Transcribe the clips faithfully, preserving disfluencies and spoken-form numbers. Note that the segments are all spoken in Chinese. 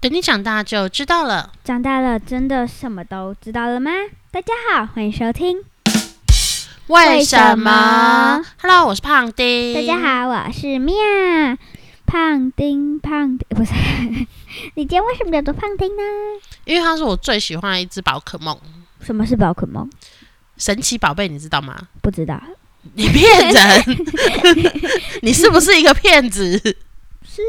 等你长大就知道了。 长大了真的什么都知道了吗？大家好，欢迎收听。 为什么 ？Hello， 我是胖丁。 大家好，我是妙。胖丁，胖丁，不是，你今天为什么叫做胖丁呢？ 因为它是我最喜欢的一只宝可梦。 什么是宝可梦？ 神奇宝贝，你知道吗？ 不知道。 你骗人！你是不是一个骗子？ 是。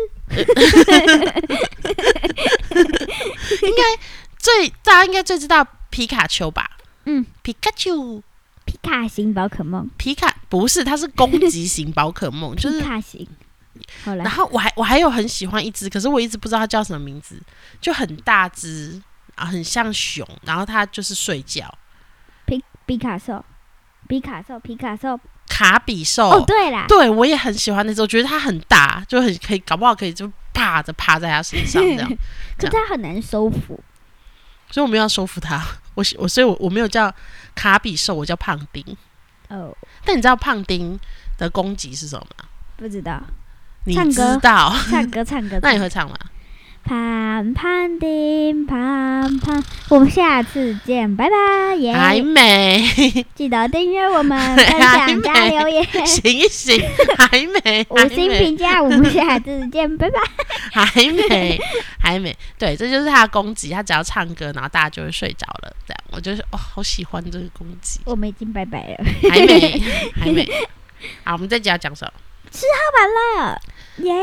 应该最大家应该最知道皮卡丘吧？ 嗯， 皮卡丘。 皮卡型宝可梦。 皮卡不是，它是攻击型宝可梦，就是皮卡型。好啦， 然后我还我还有很喜欢一只，可是我一直不知道它叫什么名字，就很大只，然后很像熊，然后它就是睡觉。 皮皮卡兽，皮卡兽，皮卡兽， 卡比兽。 哦，对啦， 对我也很喜欢那只，我觉得它很大，就很可以，搞不好可以就趴着趴在它身上这样。 可是它很难收服， 所以我们要收服它。我我所以我，我没有叫卡比兽，我叫胖丁。 哦， 但你知道胖丁的攻击是什么吗？ 不知道。 你知道？ 唱歌，唱歌。 那你会唱吗？ 胖胖丁，胖胖，我们下次见，拜拜！耶、yeah 还没， 记得订阅我们，分享加留言， 行一行，还没， 五星评价，我们下次见，拜拜！ 还没，还没，对，这就是他的攻击，他只要唱歌，然后大家就会睡着了，这样，我就是哦，好喜欢这个攻击。 我们已经拜拜了， 还没，还没。好，我们这集要讲什么？ 吃喝玩乐，耶、yeah ！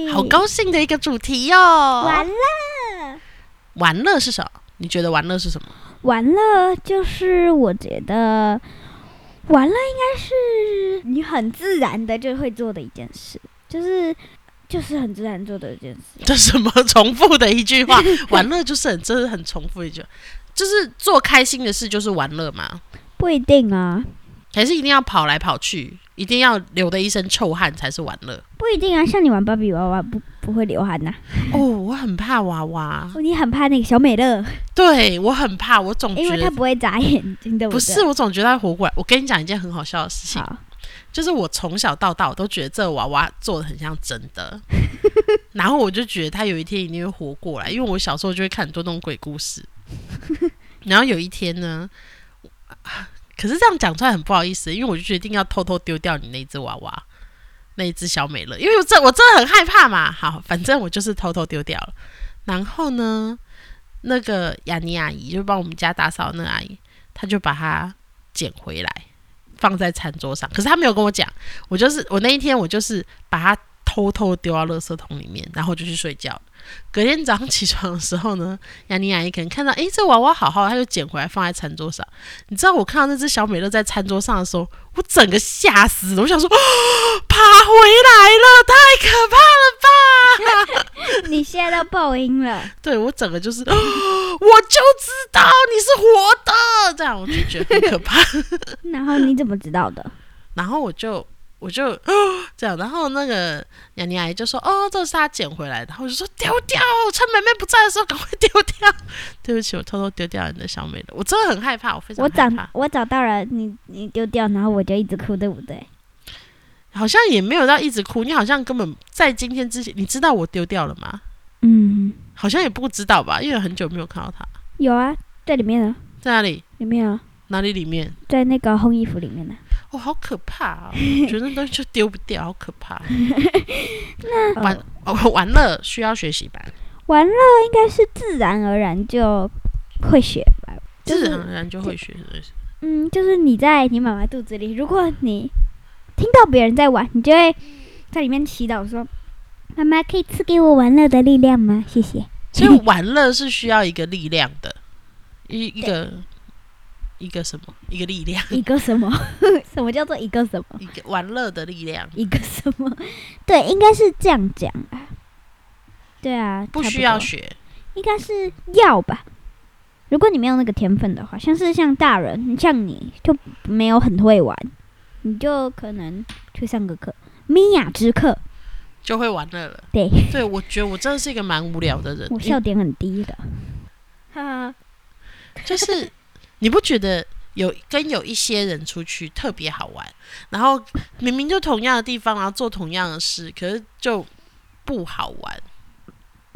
好高兴的一个主题哦！ 玩乐， 玩乐是什么？你觉得玩乐是什么？ 玩乐就是我觉得，玩乐应该是你很自然的就会做的一件事，就是就是很自然做的一件事。 这什么重复的一句话？玩乐就是很，真的很重复一句话，就是做开心的事就是玩乐吗？ 不一定啊， 还是一定要跑来跑去？一定要流的一身臭汗才是玩乐？ 不一定啊，像你玩芭比娃娃不不会流汗呐、啊。 哦，我很怕娃娃。 你很怕那个小美乐？ 对，我很怕，我总觉得因为它不会眨眼睛，对不对？ 不是，我总觉得它活过来。我跟你讲一件很好笑的事情，就是我从小到大我都觉得这个娃娃做的很像真的，然后我就觉得它有一天一定会活过来，因为我小时候就会看很多那种鬼故事。然后有一天呢。可是这样讲出来很不好意思，因为我就决定要偷偷丢掉你那只娃娃，那一只小美乐，因为我真我真的很害怕嘛。好，反正我就是偷偷丢掉了。然后呢，那个雅妮阿姨就帮我们家打扫的那个阿姨，她就把它捡回来，放在餐桌上。可是她没有跟我讲，我就是我那一天我就是把它偷偷丢到垃圾桶里面，然后就去睡觉。隔天早上起床的时候呢，雅妮阿姨可能看到，诶，这娃娃好好，她就捡回来放在餐桌上。你知道我看到那只小美乐在餐桌上的时候，我整个吓死了。我想说，哦，爬回来了，太可怕了吧！ 你吓到爆音了。 对，我整个就是，哦，我就知道你是活的，这样我就觉得很可怕。 然后你怎么知道的？ 然后我就。我就、哦、这样，然后那个雅妮阿姨就说：“哦，这是她捡回来的。”然后我就说：“丢掉！趁妹妹不在的时候，赶快丢掉。”对不起，我偷偷丢掉你的小美乐，我真的很害怕，我非常害怕。 我找我找到了你，你丢掉，然后我就一直哭，对不对？ 好像也没有到一直哭，你好像根本在今天之前，你知道我丢掉了吗？ 嗯， 好像也不知道吧，因为很久没有看到它。 有啊，在里面啊。在哪里？ 里面啊。 哪里里面？ 在那个烘衣服里面呢、啊。 哦，好可怕啊！我觉得那东西就丢不掉，好可怕。那玩、哦、玩乐需要学习吧？ 玩乐应该是自然而然就会学吧，就是、 自然而然就会学的。 嗯，就是你在你妈妈肚子里，如果你听到别人在玩，你就会在里面祈祷说：“妈妈，可以赐给我玩乐的力量吗？谢谢。” 所以玩乐是需要一个力量的，一一个。一个什么？一个力量？ 一个什么？什么叫做一个什么？ 一个玩乐的力量。 一个什么？对，应该是这样讲啊。对啊， 不需要学， 应该是要吧。如果你没有那个天分的话，像是像大人，像你就没有很会玩，你就可能去上个课，米雅之课就会玩乐了。 对， 对，我觉得我真的是一个蛮无聊的人， 我笑点很低的。 哈，就是。你不觉得有跟有一些人出去特别好玩，然后明明就同样的地方，然后做同样的事，可是就不好玩？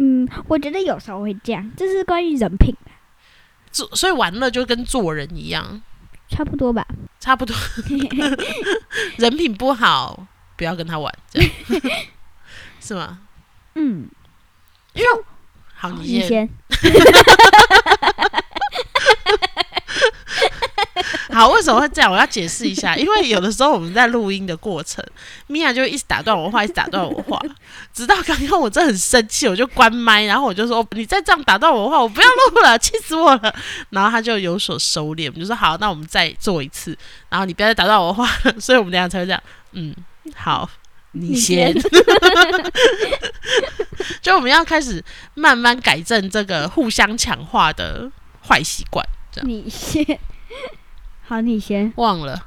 嗯，我觉得有时候会这样，这是关于人品的。 所以玩乐就跟做人一样， 差不多吧。 差不多。人品不好，不要跟他玩，这样是吗？ 嗯， 因为好，你先。 你先好，为什么会这样？我要解释一下，因为有的时候我们在录音的过程，米娅就一直打断我话，一直打断我话，直到刚刚我真的很生气，我就关麦，然后我就说：“你再这样打断我的话，我不要录了，气死我了。”然后他就有所收敛，我们就说：“好，那我们再做一次，然后你不要再打断我的话了。”所以我们俩才会这样。嗯，好，你先。就我们要开始慢慢改正这个互相强化的坏习惯。 你先。好，你先。 忘了。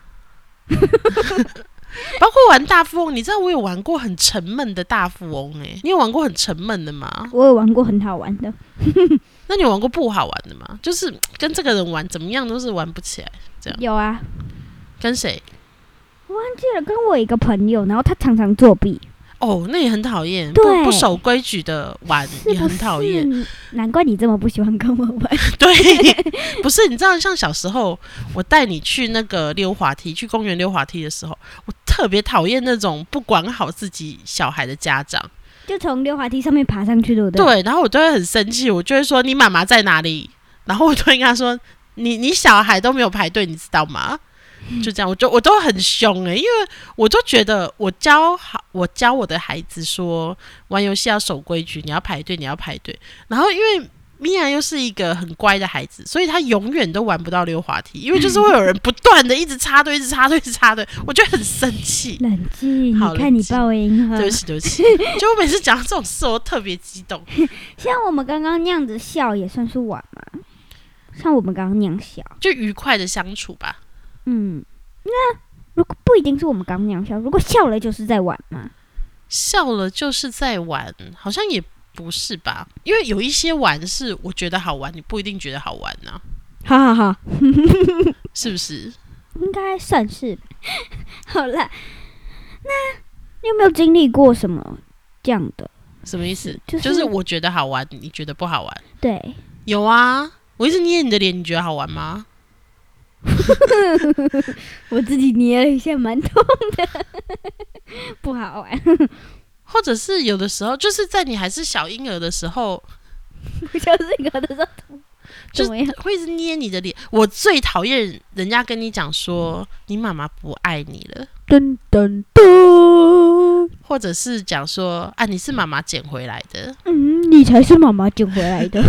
包括玩大富翁，你知道我有玩过很沉闷的大富翁哎、欸，你有玩过很沉闷的吗？ 我有玩过很好玩的。 那你有玩过不好玩的吗？就是跟这个人玩怎么样都是玩不起来，这样。 有啊。 跟谁？ 我忘记了，跟我一个朋友，然后他常常作弊。 哦，那也很讨厌， 不不守规矩的玩也很讨厌。 难怪你这么不喜欢跟我玩。 对，不是你知道，像小时候我带你去那个溜滑梯，去公园溜滑梯的时候，我特别讨厌那种不管好自己小孩的家长， 就从溜滑梯上面爬上去，对不对？ 对，然后我都会很生气，我就会说你妈妈在哪里？然后我就会跟他说，你你小孩都没有排队，你知道吗？就这样，我就我都很凶哎、欸，因为我都觉得我教好，我教我的孩子说玩游戏要守规矩，你要排队，你要排队。然后因为米娅又是一个很乖的孩子，所以他永远都玩不到溜滑梯，因为就是会有人不断的一直插队，一直插队，一直插队，我就很生气。 冷静，你看你爆音哈。 对不起，对不起。就我每次讲到这种事，我特别激动。 像我们刚刚那样子笑，也算是玩嘛。像我们刚刚那样笑， 就愉快的相处吧。 嗯，那如果不一定是我们刚那样笑，如果笑了就是在玩嘛？ 笑了就是在玩，好像也不是吧？因为有一些玩是我觉得好玩，你不一定觉得好玩呢、 啊。好好好， 是不是？ 应该算是。好啦，那你有没有经历过什么这样的？ 什么意思？ 就是、 就是我觉得好玩，你觉得不好玩？ 对， 有啊。我一直捏你的脸，你觉得好玩吗？ 我自己捏了一下，蛮痛的，不好玩。 或者是有的时候，就是在你还是小婴儿的时候， 不就是有的时候就会一直捏你的脸。我最讨厌人家跟你讲说你妈妈不爱你了， 噔噔噔， 或者是讲说啊你是妈妈捡回来的， 嗯，你才是妈妈捡回来的。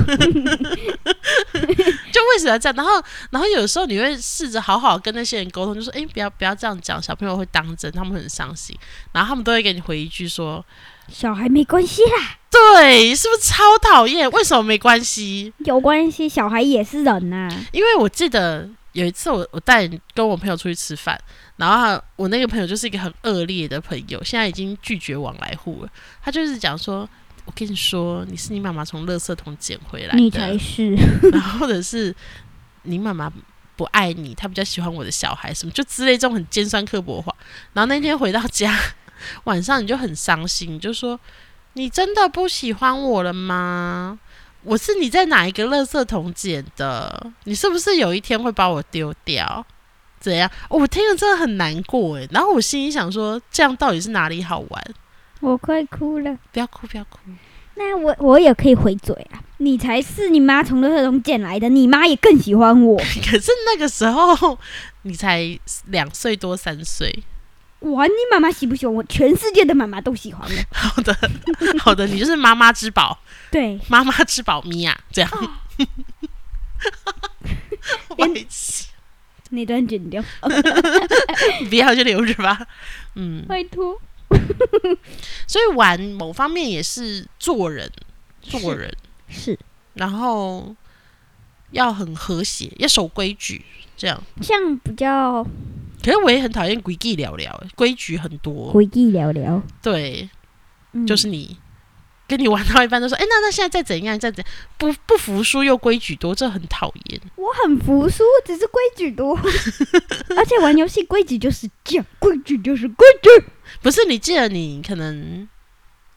就为什么要这样？然后，然后有的时候你会试着好好跟那些人沟通，就说：“哎、欸，不要不要这样讲，小朋友会当真，他们会很伤心。”然后他们都会给你回一句说：“ 小孩没关系啦。” 对，是不是超讨厌？为什么没关系？ 有关系，小孩也是人呐、啊。 因为我记得有一次我，我我带跟我朋友出去吃饭，然后我那个朋友就是一个很恶劣的朋友，现在已经拒绝往来户了。他就是讲说。我跟你说，你是你妈妈从垃圾桶捡回来的， 你才是。 然后或者是你妈妈不爱你，她比较喜欢我的小孩，什么就之类这种很尖酸刻薄的话。然后那天回到家，晚上你就很伤心，你就说：“你真的不喜欢我了吗？我是你在哪一个垃圾桶捡的？你是不是有一天会把我丢掉？怎样？”哦，我听了真的很难过哎。然后我心里想说，这样到底是哪里好玩？ 我快哭了！ 不要哭，不要哭。 那我我也可以回嘴啊！你才是你妈从垃圾桶捡来的，你妈也更喜欢我。 可是那个时候你才两岁多三岁。 哇，你妈妈喜不喜欢我？全世界的妈妈都喜欢我。 好的，好的，你就是妈妈之宝。 对， 妈妈之宝米娅这样。白痴， 那段剪掉。 不要就留着吧。嗯， 拜托。 所以玩某方面也是做人，做人是, 是， 然后要很和谐，要守规矩，这样。 像比较， 可是我也很讨厌规矩寥寥，规矩很多， 规矩寥寥。 对、 嗯， 就是你跟你玩到一半都说，哎、欸，那那现在再怎样，再怎样，不不服输又规矩多，这很讨厌。 我很服输，只是规矩多，而且玩游戏规矩就是这样，规矩就是规矩。 不是，你记得你可能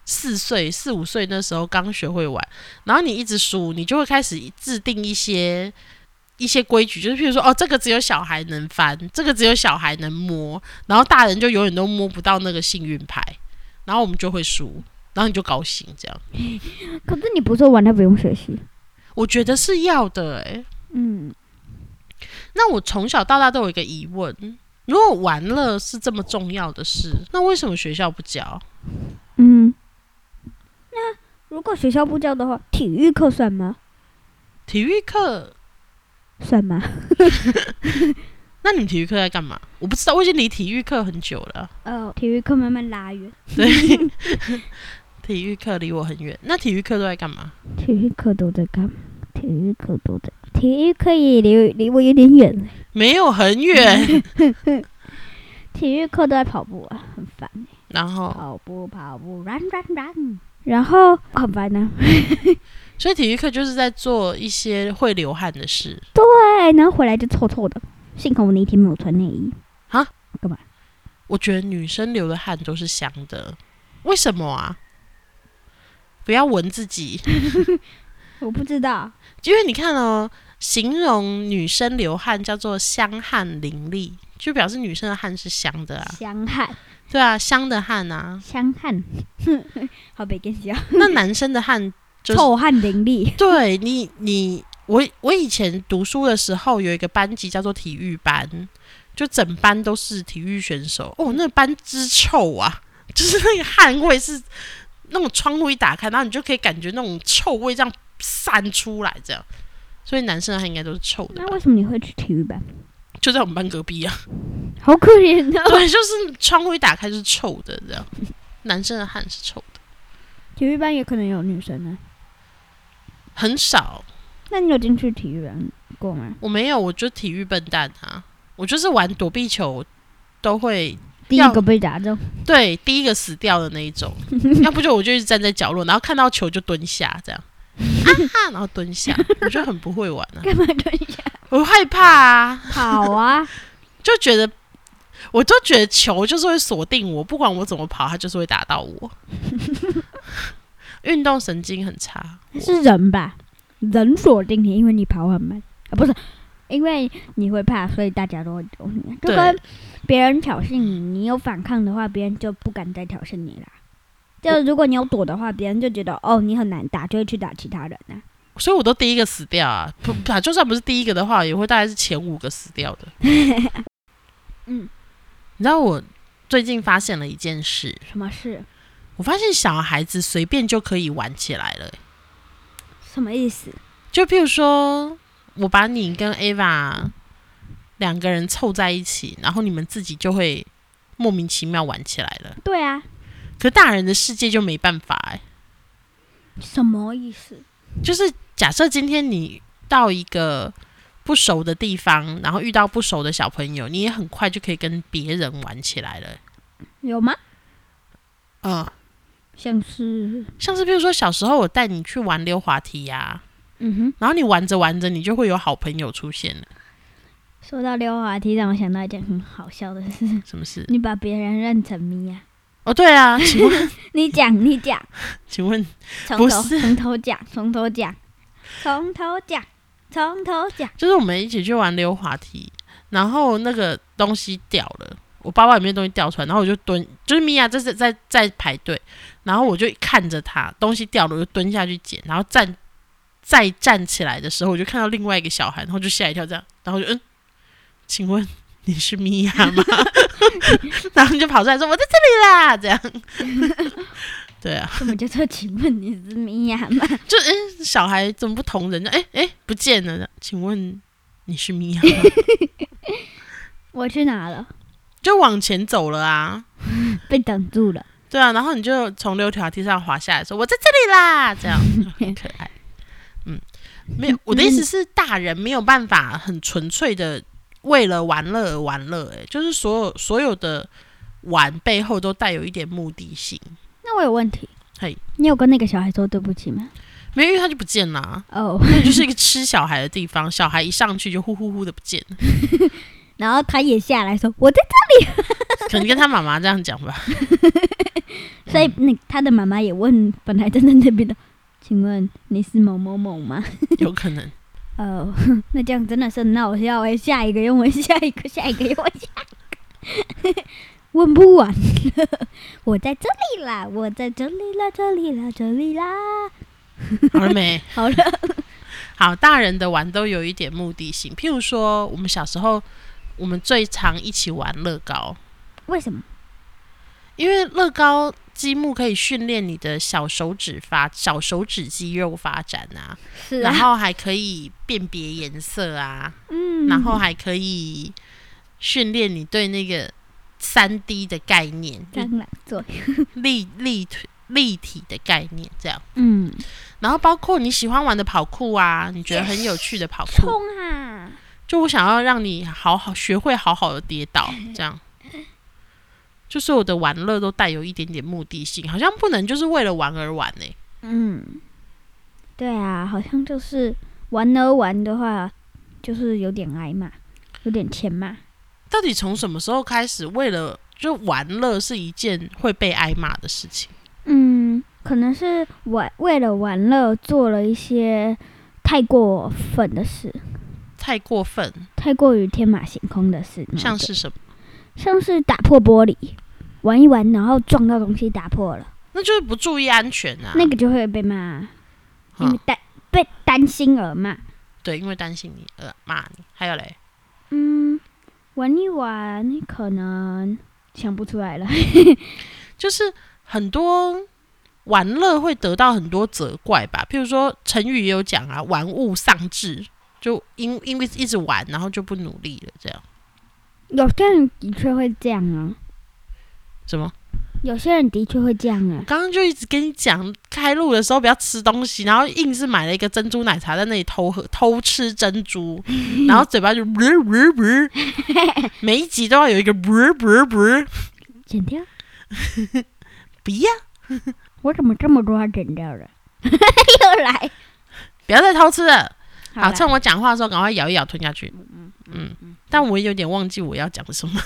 四岁、四五岁那时候刚学会玩，然后你一直输，你就会开始制定一些一些规矩，就是譬如说，哦，这个只有小孩能翻，这个只有小孩能摸，然后大人就永远都摸不到那个幸运牌，然后我们就会输，然后你就高兴这样。 可是你不是玩，他不用学习？ 我觉得是要的哎、欸。 嗯， 那我从小到大都有一个疑问。如果玩乐是这么重要的事，那为什么学校不教？ 嗯，那如果学校不教的话，体育课算吗？ 体育课算吗？ 那你们体育课在干嘛？我不知道，我已经离体育课很久了。 哦，体育课慢慢拉远。 对，体育课离我很远。那体育课都在干嘛？ 体育课都在干嘛？体育课都在，体育课也离离我有点远。 没有很远。 体育课都在跑步啊，很烦、欸。 然后跑步跑步 run run run， 然后很烦呢、啊。 所以体育课就是在做一些会流汗的事。 对，然后回来就臭臭的。幸好我那天没有穿内衣。 啊？ 干嘛？ 我觉得女生流的汗都是香的，为什么啊？不要闻自己。 我不知道， 因为你看哦，形容女生流汗叫做香汗淋漓，就表示女生的汗是香的啊。 香汗。 对啊，香的汗啊。 香汗。好北更笑。 那男生的汗就是臭汗淋漓。 对你，你我我以前读书的时候有一个班级叫做体育班，就整班都是体育选手哦，那班之臭啊，就是那个汗味是那种窗户一打开，然后你就可以感觉那种臭味这样散出来，这样，所以男生的汗应该都是臭的吧。 那为什么你会去体育班？ 就在我们班隔壁啊。 好可怜哦。 对，就是窗户一打开就是臭的，这样。男生的汗是臭的。 体育班也可能有女生呢、啊， 很少。 那你有进去体育班过吗？ 我没有，我就体育笨蛋啊，我就是玩躲避球都会第一个被打中， 对，第一个死掉的那一种。要不就我就一直站在角落，然后看到球就蹲下这样。啊哈，然后蹲下，我就很不会玩啊。 干嘛蹲下？ 我害怕啊。 跑啊， 就觉得，我就觉得球就是会锁定我，不管我怎么跑，它就是会打到我。运动神经很差。 是人吧？人锁定你，因为你跑很慢啊，不是，因为你会怕，所以大家都会丢你。就跟别人挑衅你，你有反抗的话，别人就不敢再挑衅你啦。就如果你有躲的话，别人就觉得哦你很难打，就会去打其他人啊。 所以我都第一个死掉啊！不，就算不是第一个的话，也会大概是前五个死掉的。 嗯， 你知道我最近发现了一件事。 什么事？ 我发现小孩子随便就可以玩起来了、欸。 什么意思？ 就譬如说，我把你跟 Ava 两个人凑在一起，然后你们自己就会莫名其妙玩起来了。 对啊。 可大人的世界就没办法哎、欸。 什么意思？ 就是假设今天你到一个不熟的地方，然后遇到不熟的小朋友，你也很快就可以跟别人玩起来了。 有吗？ 嗯， 像是像是比如说小时候我带你去玩溜滑梯呀、啊， 嗯哼， 然后你玩着玩着，你就会有好朋友出现了。 说到溜滑梯，让我想到一件很好笑的事。 什么事？ 你把别人认成咪呀？ 哦，对啊，请问你讲，你讲， 请问从头从头讲，从头讲，从头讲，从头讲。 就是我们一起去玩溜滑梯，然后那个东西掉了，我包包里面的东西掉出来，然后我就蹲，就是米娅这是在在排队，然后我就看着他东西掉了，我就蹲下去捡，然后站再站起来的时候，我就看到另外一个小孩，然后就吓一跳，这样，然后就嗯，请问你是米娅吗？然后你就跑出来说我在这里啦，这样。对啊， 什么叫做请问你是米娅吗？ 就嗯，小孩怎么不同人？哎哎，不见了，请问你是米娅吗？ 我去哪了？ 就往前走了啊， 被挡住了。 对啊，然后你就从溜滑梯上滑下来说我在这里啦，这样很可爱。嗯，没有，我的意思是大人没有办法很纯粹的为了玩乐而玩乐，哎，就是所有所有的玩背后都带有一点目的性。 那我有问题， 嘿， 你有跟那个小孩说对不起吗？ 没有，因为他就不见了、啊。 哦、oh. 那就是一个吃小孩的地方，小孩一上去就呼呼呼的不见了。 然后他也下来说我在这里， 可能跟他妈妈这样讲吧。 所以那他的妈妈也问本来站在那边的，请问你是某某某吗？ 有可能。 哦，那这样真的是很好笑哎！下一个又问下一个，下一个又问下一个，问不完了。我在这里啦，我在这里啦，这里啦，这里啦。 好了没？ 好了。 好，大人的玩都有一点目的性，譬如说，我们小时候，我们最常一起玩乐高。 为什么？ 因为乐高积木可以训练你的小手指发小手指肌肉发展啊， 是啊， 然后还可以辨别颜色啊， 嗯， 然后还可以训练你对那个三 D 的概念， 当然对， 立立立体的概念这样。 嗯， 然后包括你喜欢玩的跑酷啊，你觉得很有趣的跑酷， 冲啊！ 就我想要让你好好学会好好的跌倒，这样。就所有的玩乐都带有一点点目的性，好像不能就是为了玩而玩呢、欸。 嗯，对啊，好像就是玩而玩的话，就是有点挨骂，有点欠骂。 到底从什么时候开始，为了就玩乐是一件会被挨骂的事情？ 嗯，可能是玩为了玩乐做了一些太过分的事， 太过分， 太过于天马行空的事， 像是什么？ 像是打破玻璃，玩一玩然后撞到东西打破了， 那就是不注意安全啊。 那个就会被骂，因为担被担心而骂。 对，因为担心你而骂你。还有嘞， 嗯，玩一玩可能想不出来了。 就是很多玩乐会得到很多责怪吧，譬如说成语也有讲啊，玩物丧志，就因因为一直玩，然后就不努力了，这样。 有些人的确会这样啊。 什么？ 有些人的确会这样啊。 刚刚就一直跟你讲，开路的时候不要吃东西，然后硬是买了一个珍珠奶茶在那里偷喝偷吃珍珠，然后嘴巴就不是不是不是，每一集都要有一个不是不是不是， 剪掉。 不要， 我怎么这么多要剪掉了？又来， 不要再偷吃了。好， 好， 趁我讲话的时候赶快咬一咬吞下去。 嗯嗯嗯，但我有点忘记我要讲什么。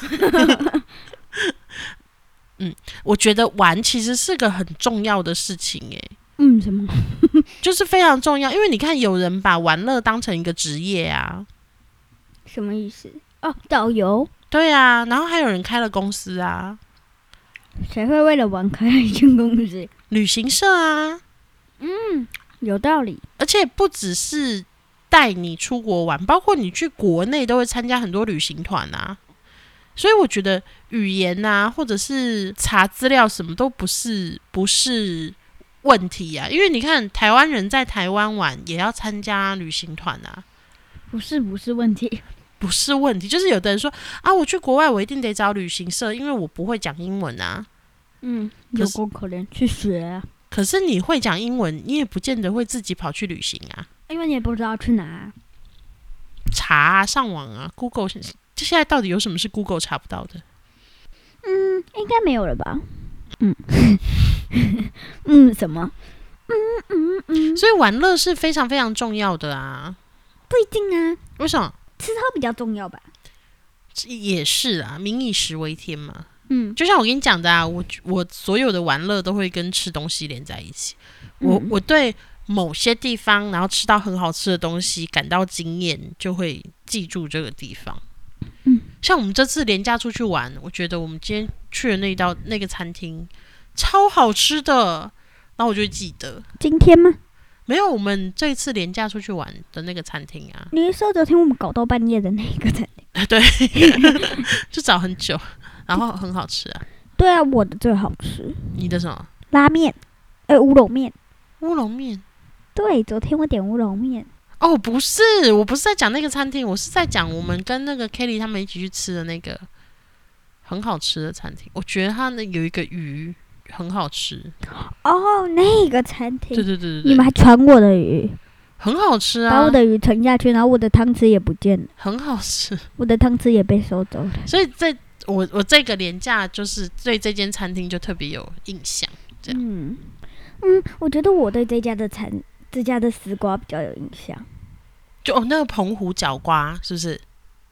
嗯，我觉得玩其实是个很重要的事情耶。 嗯，什么？ 就是非常重要，因为你看，有人把玩乐当成一个职业啊。 什么意思？哦，导游。 对啊，然后还有人开了公司啊。 谁会为了玩开了一间公司？ 旅行社啊。 嗯，有道理。 而且不只是带你出国玩，包括你去国内都会参加很多旅行团啊。所以我觉得语言啊，或者是查资料什么都不是不是问题啊。因为你看台湾人在台湾玩也要参加旅行团啊。 不是不是问题， 不是问题，就是有的人说啊，我去国外我一定得找旅行社，因为我不会讲英文啊。 嗯，有够可怜，去学啊。 可是你会讲英文，你也不见得会自己跑去旅行啊。 因为你也不知道去哪、啊。 查啊，上网啊 ，Google。现在到底有什么是 Google 查不到的？ 嗯，应该没有了吧？嗯，嗯，什么？嗯嗯嗯。 所以玩乐是非常非常重要的啊。 不一定啊。 为什么？ 吃它比较重要吧？ 也是啊，民以食为天嘛。 嗯， 就像我跟你讲的啊，我我所有的玩乐都会跟吃东西连在一起。我、嗯、我对某些地方，然后吃到很好吃的东西感到惊艳，就会记住这个地方。 嗯， 像我们这次连假出去玩，我觉得我们今天去的那一道那个餐厅超好吃的，然后我就会记得。 今天吗？ 没有，我们这一次连假出去玩的那个餐厅啊。 你说昨天我们搞到半夜的那个餐厅？ 对，就找很久，然后很好吃啊。 对啊，我的最好吃。 你的什么？ 拉面，呃，乌龙面。 乌龙面。 对，昨天我点乌龙面。 哦，不是，我不是在讲那个餐厅，我是在讲我们跟那个 Kelly 他们一起去吃的那个很好吃的餐厅。我觉得它那有一个鱼很好吃。 哦，那个餐厅。 对对对对对。 你们还传我的鱼。 很好吃啊！ 把我的鱼沉下去，然后我的汤匙也不见了。 很好吃。 我的汤匙也被收走了。 所以这我我这个连假就是对这间餐厅就特别有印象。这样。 嗯嗯，我觉得我对这家的餐这家的丝瓜比较有印象。 就哦，那个澎湖角瓜是不是？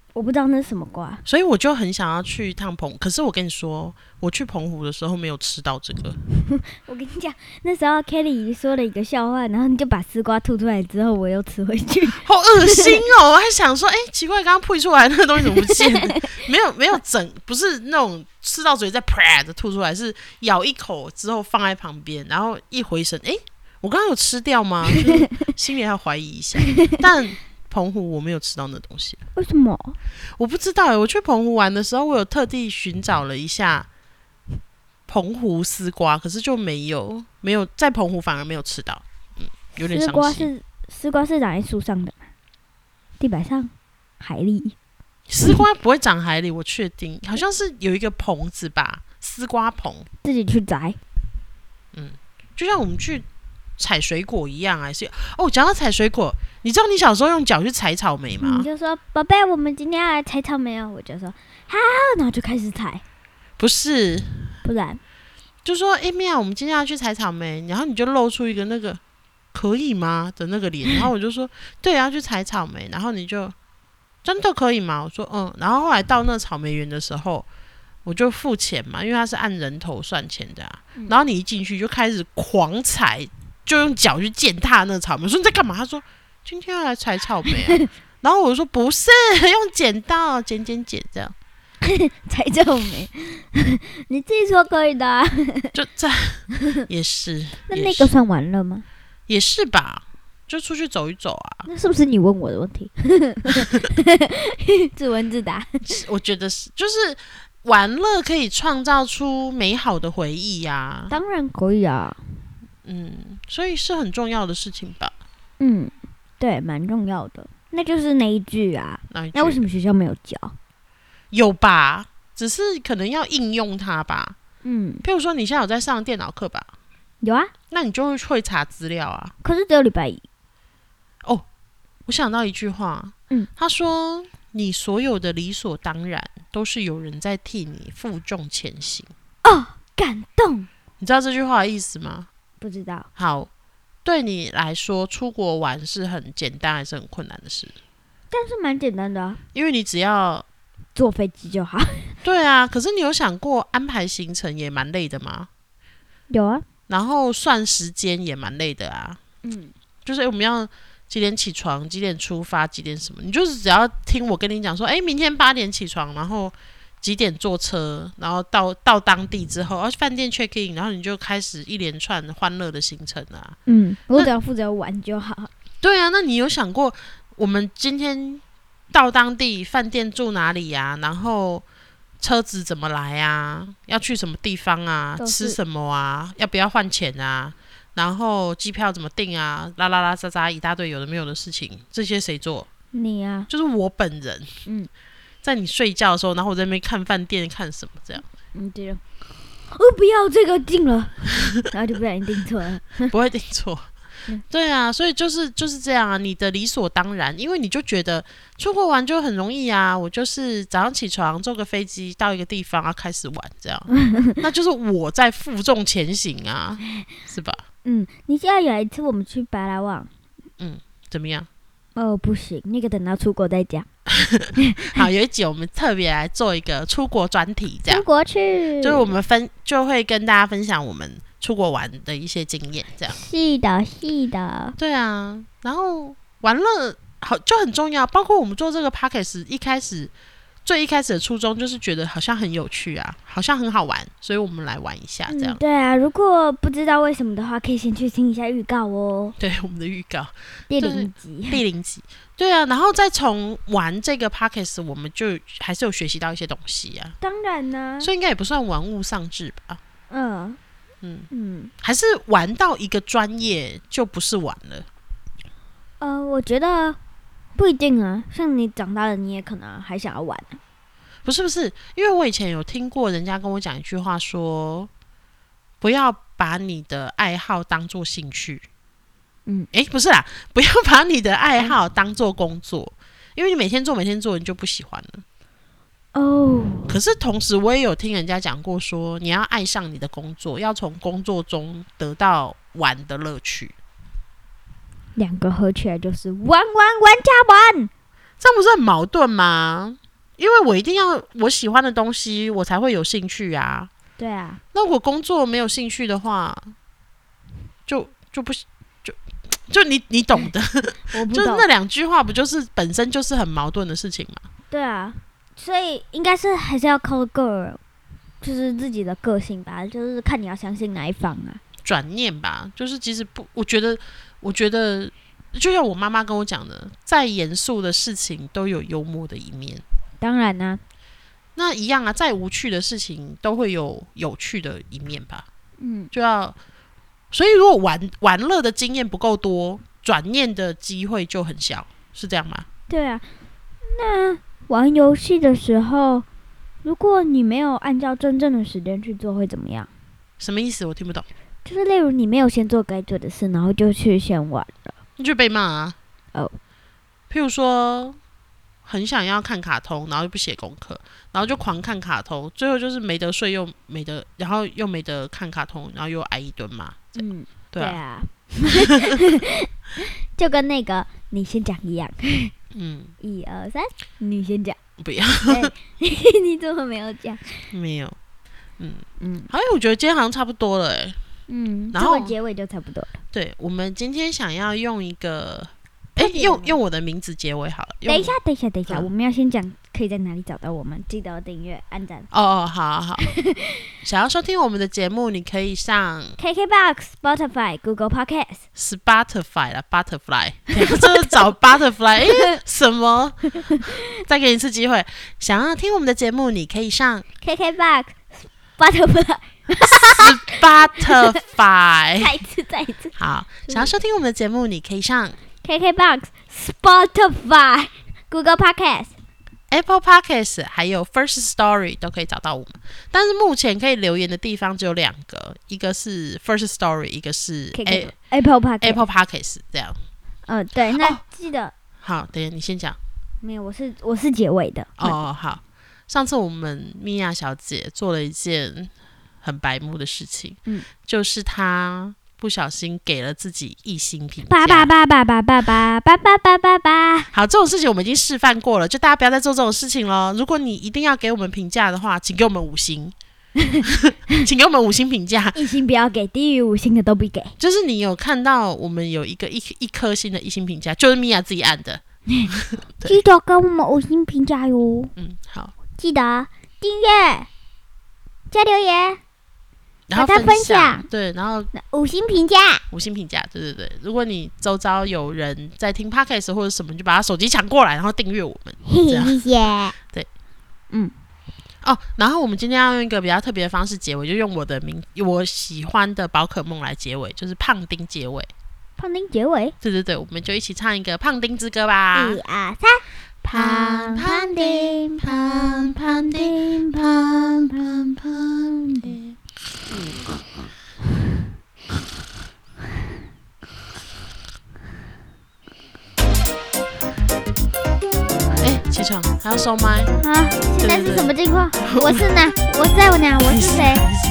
我不知道那是什么瓜， 所以我就很想要去一趟澎湖。可是我跟你说，我去澎湖的时候没有吃到这个。 我跟你讲，那时候 Kelly 说了一个笑话，然后你就把丝瓜吐出来之后，我又吃回去， 好恶心哦！我还想说，哎、欸，奇怪，刚刚吐出来那个东西怎么不见了？没有，没有整，不是那种吃到嘴再啪的吐出来，是咬一口之后放在旁边，然后一回神，哎、欸，我刚刚有吃掉吗？就是心里还怀疑一下，但。澎湖我没有吃到那东西， 为什么？ 我不知道哎。我去澎湖玩的时候，我有特地寻找了一下澎湖丝瓜，可是就没有，没有在澎湖反而没有吃到，嗯，有点伤心。 丝瓜是丝瓜是长在树上的吗？地板上、海里？ 丝瓜不会长海里，我确定，好像是有一个棚子吧，丝瓜棚， 自己去摘。 嗯，就像我们去采水果一样啊，是哦。讲到采水果，你知道你小时候用脚去采草莓吗？ 你就说宝贝，我们今天要来采草莓哦。我就说好，然后就开始采。 不是， 不然就说哎喵，我们今天要去采草莓，然后你就露出一个那个可以吗的那个脸，然后我就说对，要去采草莓，然后你就真的可以吗？我说嗯，然后后来到那草莓园的时候。我就付钱嘛，因为他是按人头算钱的啊。嗯、然后你一进去就开始狂踩，就用脚去践踏那个草莓。我说你在干嘛？他说今天要来采草莓啊。然后我就说不是，用剪刀剪剪剪这样采草莓。你自己说可以的、啊。 就这也是。 那那个算完了吗？ 也是吧，就出去走一走啊。 那是不是你问我的问题？自问自答。 我觉得是，就是。玩乐可以创造出美好的回忆呀、啊， 当然可以啊， 嗯，所以是很重要的事情吧？ 嗯，对，蛮重要的。那就是那一句啊， 哪一句？ 那为什么学校没有教？ 有吧，只是可能要应用它吧。 嗯， 譬如说你现在有在上电脑课吧？ 有啊， 那你就会查资料啊。 可是只有礼拜一。 哦，我想到一句话，嗯，他说。你所有的理所当然，都是有人在替你负重前行。 哦，感动！ 你知道这句话的意思吗？ 不知道。 好，对你来说，出国玩是很简单还是很困难的事？ 但是蛮简单的啊， 因为你只要坐飞机就好。 对啊，可是你有想过安排行程也蛮累的吗？ 有啊。 然后算时间也蛮累的啊。嗯，就是、欸、我们要。几点起床？几点出发？几点什么？你就是只要听我跟你讲说，哎、欸，明天八点起床，然后几点坐车，然后到到当地之后，要饭店 check in， 然后你就开始一连串欢乐的行程啊。 嗯，我只要负责玩就好。 对啊，那你有想过我们今天到当地饭店住哪里呀、啊？然后车子怎么来啊？要去什么地方啊？吃什么啊？要不要换钱啊？然后机票怎么订啊？啦啦啦喳喳一大堆有的没有的事情，这些谁做？ 你啊， 就是我本人。嗯，在你睡觉的时候，然后我在那边看饭店看什么这样。 嗯，对了，哦，不要这个订了，然后就不小心订错了， 不会订错。嗯、对啊，所以就是就是这样啊，你的理所当然，因为你就觉得出国玩就很容易啊，我就是早上起床坐个飞机到一个地方啊开始玩这样，那就是我在负重前行啊，是吧？ 嗯，你记得有一次我们去巴拉望， 嗯，怎么样？ 哦，不行，那个等到出国再讲。 好，有一集我们特别来做一个出国专题，这样出国去， 就是我们分就会跟大家分享我们出国玩的一些经验，这样。 是的，是的。 对啊，然后玩乐好就很重要，包括我们做这个 podcast 一开始。最一开始的初衷就是觉得好像很有趣啊，好像很好玩，所以我们来玩一下这样、 嗯。对啊，如果不知道为什么的话，可以先去听一下预告哦。 对，我们的预告第零集， 第零集，对啊，然后再从玩这个 podcast， 我们就还是有学习到一些东西啊。 当然呢， 所以应该也不算玩物丧志吧。 嗯嗯嗯，还是玩到一个专业就不是玩了。 呃，我觉得。不一定啊，像你长大了，你也可能还想要玩、啊。 不是不是，因为我以前有听过人家跟我讲一句话说，不要把你的爱好当作兴趣。嗯，哎、欸，不是啦，不要把你的爱好当作工作，因为你每天做每天做，你就不喜欢了。哦。可是同时，我也有听人家讲过说，你要爱上你的工作，要从工作中得到玩的乐趣。 两个合起来就是玩玩玩加玩， 这样不是很矛盾吗？ 因为我一定要我喜欢的东西，我才会有兴趣啊。 对啊。 那我工作没有兴趣的话，就就不就就你你懂的。 我不懂。 就是那两句话，不就是本身就是很矛盾的事情吗？ 对啊，所以应该是还是要靠个人，就是自己的个性吧，就是看你要相信哪一方啊。 转念吧，就是其实不，我觉得，我觉得，就像我妈妈跟我讲的，再严肃的事情都有幽默的一面。 当然啦、啊， 那一样啊，再无趣的事情都会有有趣的一面吧。 嗯， 就要，所以如果玩玩乐的经验不够多，转念的机会就很小，是这样吗？ 对啊，那玩游戏的时候，如果你没有按照真正的时间去做，会怎么样？ 什么意思？我听不懂。 就是例如你没有先做该做的事，然后就去先玩了， 你就被骂啊。 哦、oh. 譬如说很想要看卡通，然后又不写功课，然后就狂看卡通，最后就是没得睡又没得，然后又没得看卡通，然后又挨一顿骂。嗯，对啊， 对啊就跟那个你先讲一样。嗯，一二三，你先讲。 不要你怎么没有讲？ 没有。嗯嗯，好，我觉得今天好像差不多了哎、欸。 嗯， 然后这个结尾就差不多了。 对，我们今天想要用一个，哎、欸，用用我的名字结尾好了。 等一下，等一下，等一下，嗯、我们要先讲可以在哪里找到我们，记得订阅、按赞。 哦哦，好好好。想要收听我们的节目，你可以上 K K B O X、Spotify、Google Podcast、Spotify 啦 ，Butterfly， 这是找 Butterfly， 哎、欸，什么？再给你一次机会，想要听我们的节目，你可以上 K K B O X、Butterfly。 Spotify， 再一次，再一次。 好，想要收听我们的节目，你可以上 K K B O X、Spotify、Google Podcast、Apple Podcast， 还有 First Story 都可以找到我们。但是目前可以留言的地方只有两个，一个是 First Story， 一个是 A, Apple Podcast。 Apple Podcast 这样。 嗯、呃，对，那记得。哦、 好，等一下你先讲。 没有，我是我是结尾的。 哦，好。上次我们米娅小姐做了一件很白目的事情，嗯，就是他不小心给了自己一星评价。 叭叭叭叭叭叭叭叭叭叭叭叭。 好，这种事情我们已经示范过了，就大家不要再做这种事情了。如果你一定要给我们评价的话，请给我们五星，请给我们五星评价。 一星不要给，低于五星的都不给。 就是你有看到我们有一个一一颗星的一星评价，就是米娅自己按的。 记得给我们五星评价哟。 嗯，好， 记得订阅、加留言。 然后分享， 对，然后五星评价， 五星评价，对对对。如果你周遭有人在听 podcast 或者什么，就把他手机抢过来，然后订阅我们。 谢谢。 对，嗯，哦，然后我们今天要用一个比较特别的方式结尾，就用我的名，我喜欢的宝可梦来结尾，就是胖丁结尾。 胖丁结尾？ 对对对，我们就一起唱一个胖丁之歌吧。 一二三，胖胖丁，胖胖丁，胖胖胖丁。 哎，起床，还要收麦啊！现在是什么情况？我是哪？我在我哪？我是谁？